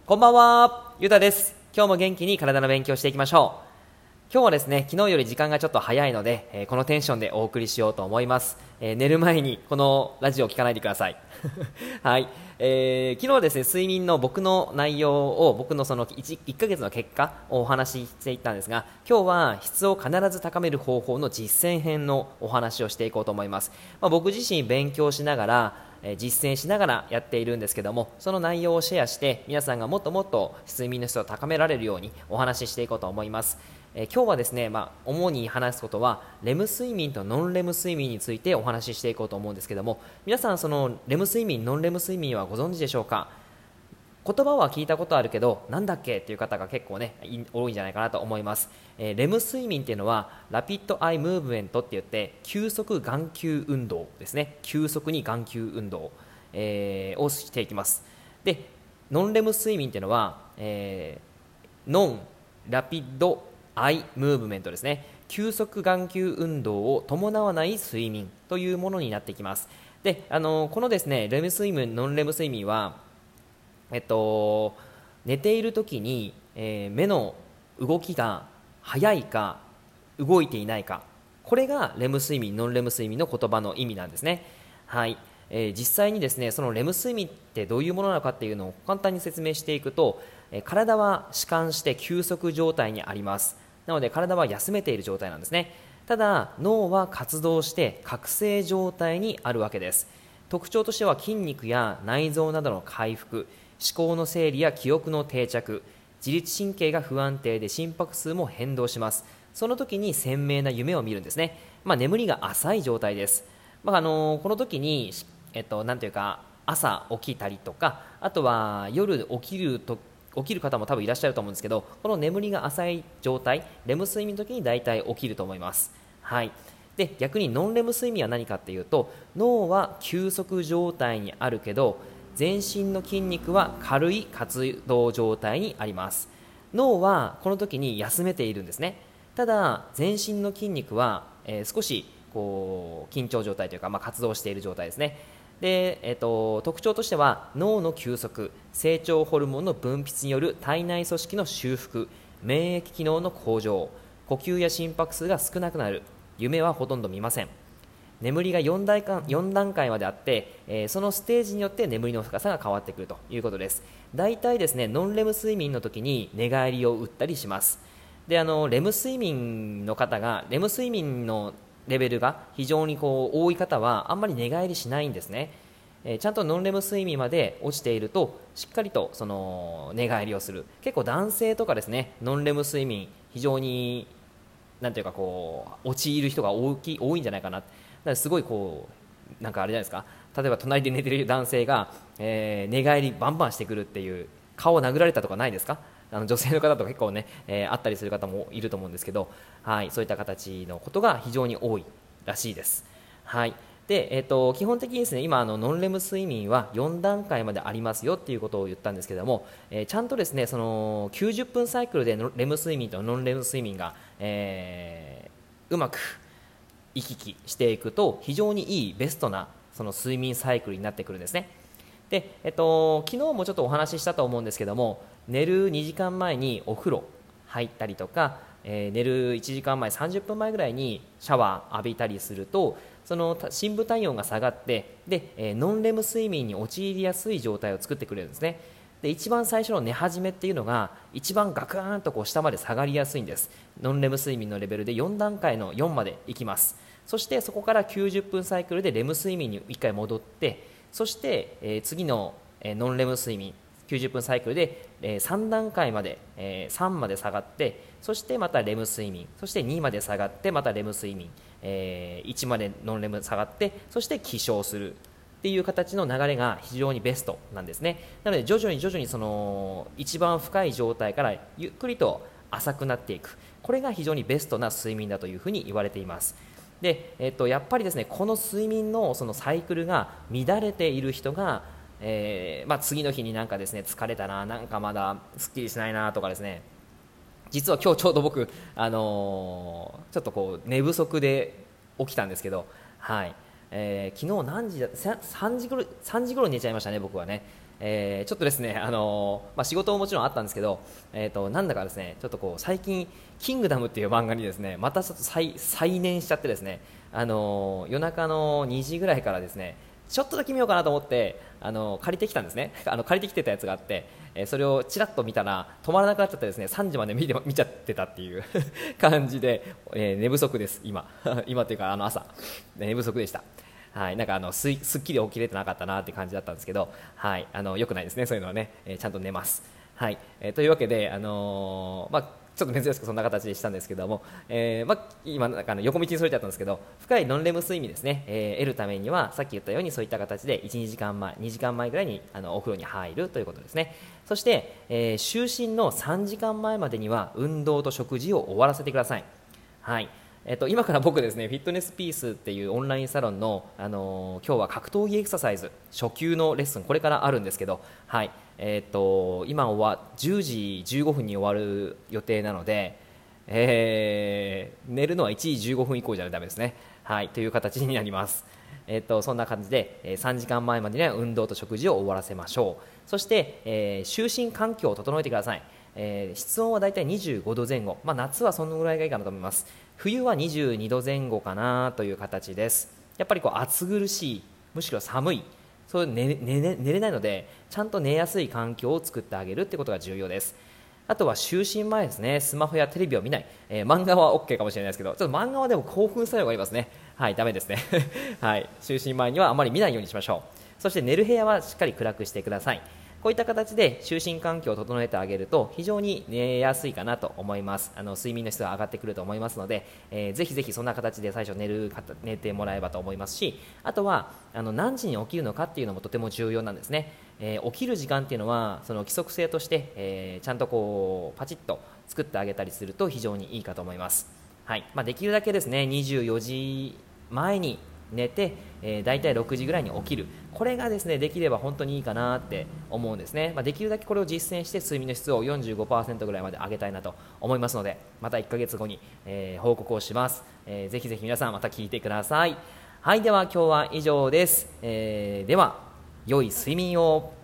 こんばんは、ゆうたです。今日も元気に体の勉強していきましょう。今日はですね、昨日より時間がちょっと早いので、このテンションでお送りしようと思います。寝る前にこのラジオを聞かないでください。はい、昨日はですね、睡眠の僕の内容を、僕のその 1ヶ月の結果をお話ししていったんですが、今日は質を必ず高める方法の実践編のお話をしていこうと思います。僕自身勉強しながら実践しながらやっているんですけども、その内容をシェアして皆さんがもっともっと睡眠の質を高められるようにお話ししていこうと思います。今日はですね、主に話すことはレム睡眠とノンレム睡眠についてお話ししていこうと思うんですけども、皆さんそのレム睡眠ノンレム睡眠はご存知でしょうか。言葉は聞いたことあるけどなんだっけという方が結構ね多いんじゃないかなと思います。レム睡眠っていうのはラピッドアイムーブメントって言って急速眼球運動ですね。急速に眼球運動、をしていきます。でノンレム睡眠っていうのは、ノンラピッドアイムーブメントですね。急速眼球運動を伴わない睡眠というものになってきます。でこのですねレム睡眠ノンレム睡眠は寝ている時に、目の動きが速いか動いていないか、これがレム睡眠ノンレム睡眠の言葉の意味なんですね。はい、実際にですねそのレム睡眠ってどういうものなのかっていうのを簡単に説明していくと、体は弛緩して休息状態にあります。なので体は休めている状態なんですね。ただ脳は活動して覚醒状態にあるわけです。特徴としては筋肉や内臓などの回復、思考の整理や記憶の定着、自律神経が不安定で心拍数も変動します。その時に鮮明な夢を見るんですね。眠りが浅い状態です。この時に、なんていうか朝起きたりとか、あとは夜起きる方も多分いらっしゃると思うんですけど、この眠りが浅い状態、レム睡眠の時に大体起きると思います。はい。で逆にノンレム睡眠は何かっていうと、脳は休息状態にあるけど全身の筋肉は軽い活動状態にあります。脳はこの時に休めているんですね。ただ全身の筋肉は、少し緊張状態というか、活動している状態ですね。で、特徴としては脳の休息、成長ホルモンの分泌による体内組織の修復、免疫機能の向上、呼吸や心拍数が少なくなる、夢はほとんど見ません。眠りが4段階まであって、そのステージによって眠りの深さが変わってくるということです。だいたいですねノンレム睡眠の時に寝返りを打ったりします。でレム睡眠の方がレム睡眠のレベルが非常に多い方はあんまり寝返りしないんですね。ちゃんとノンレム睡眠まで落ちているとしっかりとその寝返りをする。結構男性とかですねノンレム睡眠非常になんていうか陥る人が多いんじゃないかな。だからすごいなんかあれじゃないですか。例えば隣で寝てる男性が、寝返りバンバンしてくるっていう、顔を殴られたとかないですか。女性の方と結構ね、あったりする方もいると思うんですけど、はい、そういった形のことが非常に多いらしいです。はい。で基本的にですね今ノンレム睡眠は4段階までありますよっていうことを言ったんですけども、ちゃんとですねその90分サイクルでレム睡眠とノンレム睡眠が、うまく行き来していくと非常にいいベストなその睡眠サイクルになってくるんですね。で、昨日もちょっとお話ししたと思うんですけども、寝る2時間前にお風呂入ったりとか、寝る1時間前30分前ぐらいにシャワー浴びたりするとその深部体温が下がってで、ノンレム睡眠に陥りやすい状態を作ってくれるんですね。で一番最初の寝始めっていうのが一番ガクーンと下まで下がりやすいんです。ノンレム睡眠のレベルで4段階の4までいきます。そしてそこから90分サイクルでレム睡眠に1回戻って、そして、次の、ノンレム睡眠90分サイクルで、3段階まで、3まで下がって、そしてまたレム睡眠、そして2まで下がってまたレム睡眠、1までノンレム下がって、そして起床するっていう形の流れが非常にベストなんですね。なので徐々にその一番深い状態からゆっくりと浅くなっていく、これが非常にベストな睡眠だというふうに言われています。で、やっぱりですねこの睡眠のそのサイクルが乱れている人が、次の日になんかですね疲れたな、なんかまだすっきりしないなとかですね、実は今日ちょうど僕、ちょっと寝不足で起きたんですけど、はい、昨日何時だ3時頃に寝ちゃいましたね僕はね。 ちょっとですね、仕事ももちろんあったんですけど、なんだかですね、ちょっとこう最近キングダムっていう漫画にですね、またちょっと再燃しちゃってですね、夜中の2時ぐらいからですね、ちょっとだけ見ようかなと思って借りてきたんですね。借りてきてたやつがあって、それをちらっと見たら止まらなくなっちゃってですね、3時まで見ちゃってたっていう感じで、寝不足です今今というか朝寝不足でした。はい、なんかすっきり起きれてなかったなって感じだったんですけど、はい、良くないですね、そういうのはね、ちゃんと寝ます。はい、というわけで、ちょっと珍しくそんな形でしたんですけども、今なんか横道にそれちゃったんですけど、深いノンレム睡眠ですね、得るためにはさっき言ったようにそういった形で1、2時間前、2時間前ぐらいにお風呂に入るということですね。そして、就寝の3時間前までには運動と食事を終わらせてください。はい、今から僕ですね、フィットネスピースっていうオンラインサロンの、今日は格闘技エクササイズ初級のレッスンこれからあるんですけど、はい、今は10時15分に終わる予定なので、寝るのは1時15分以降じゃダメですね。はい、という形になります。そんな感じで、3時間前までには運動と食事を終わらせましょう。そして、就寝環境を整えてください。室温はだいたい25度前後、夏はそのぐらいがいいかなと思います。冬は22度前後かなという形です。やっぱりこう暑苦しい、むしろ寒い、そういう寝れないので、ちゃんと寝やすい環境を作ってあげるってことが重要です。あとは就寝前ですね、スマホやテレビを見ない、漫画は OK かもしれないですけど、ちょっと漫画はでも興奮作用がありますね。はい、ダメですねはい、就寝前にはあまり見ないようにしましょう。そして寝る部屋はしっかり暗くしてください。こういった形で就寝環境を整えてあげると非常に寝やすいかなと思います。睡眠の質が上がってくると思いますので、ぜひぜひそんな形で最初寝てもらえばと思いますし、あとは何時に起きるのかっていうのもとても重要なんですね。起きる時間っていうのはその規則性として、ちゃんとこうパチッと作ってあげたりすると非常にいいかと思います。はい、できるだけですね24時前に寝て、だいたい6時ぐらいに起きる、これがですねできれば本当にいいかなって思うんですね。できるだけこれを実践して睡眠の質を 45% ぐらいまで上げたいなと思いますので、また1ヶ月後に、報告をします。ぜひぜひ皆さんまた聞いてください。はい、では今日は以上です。では良い睡眠を。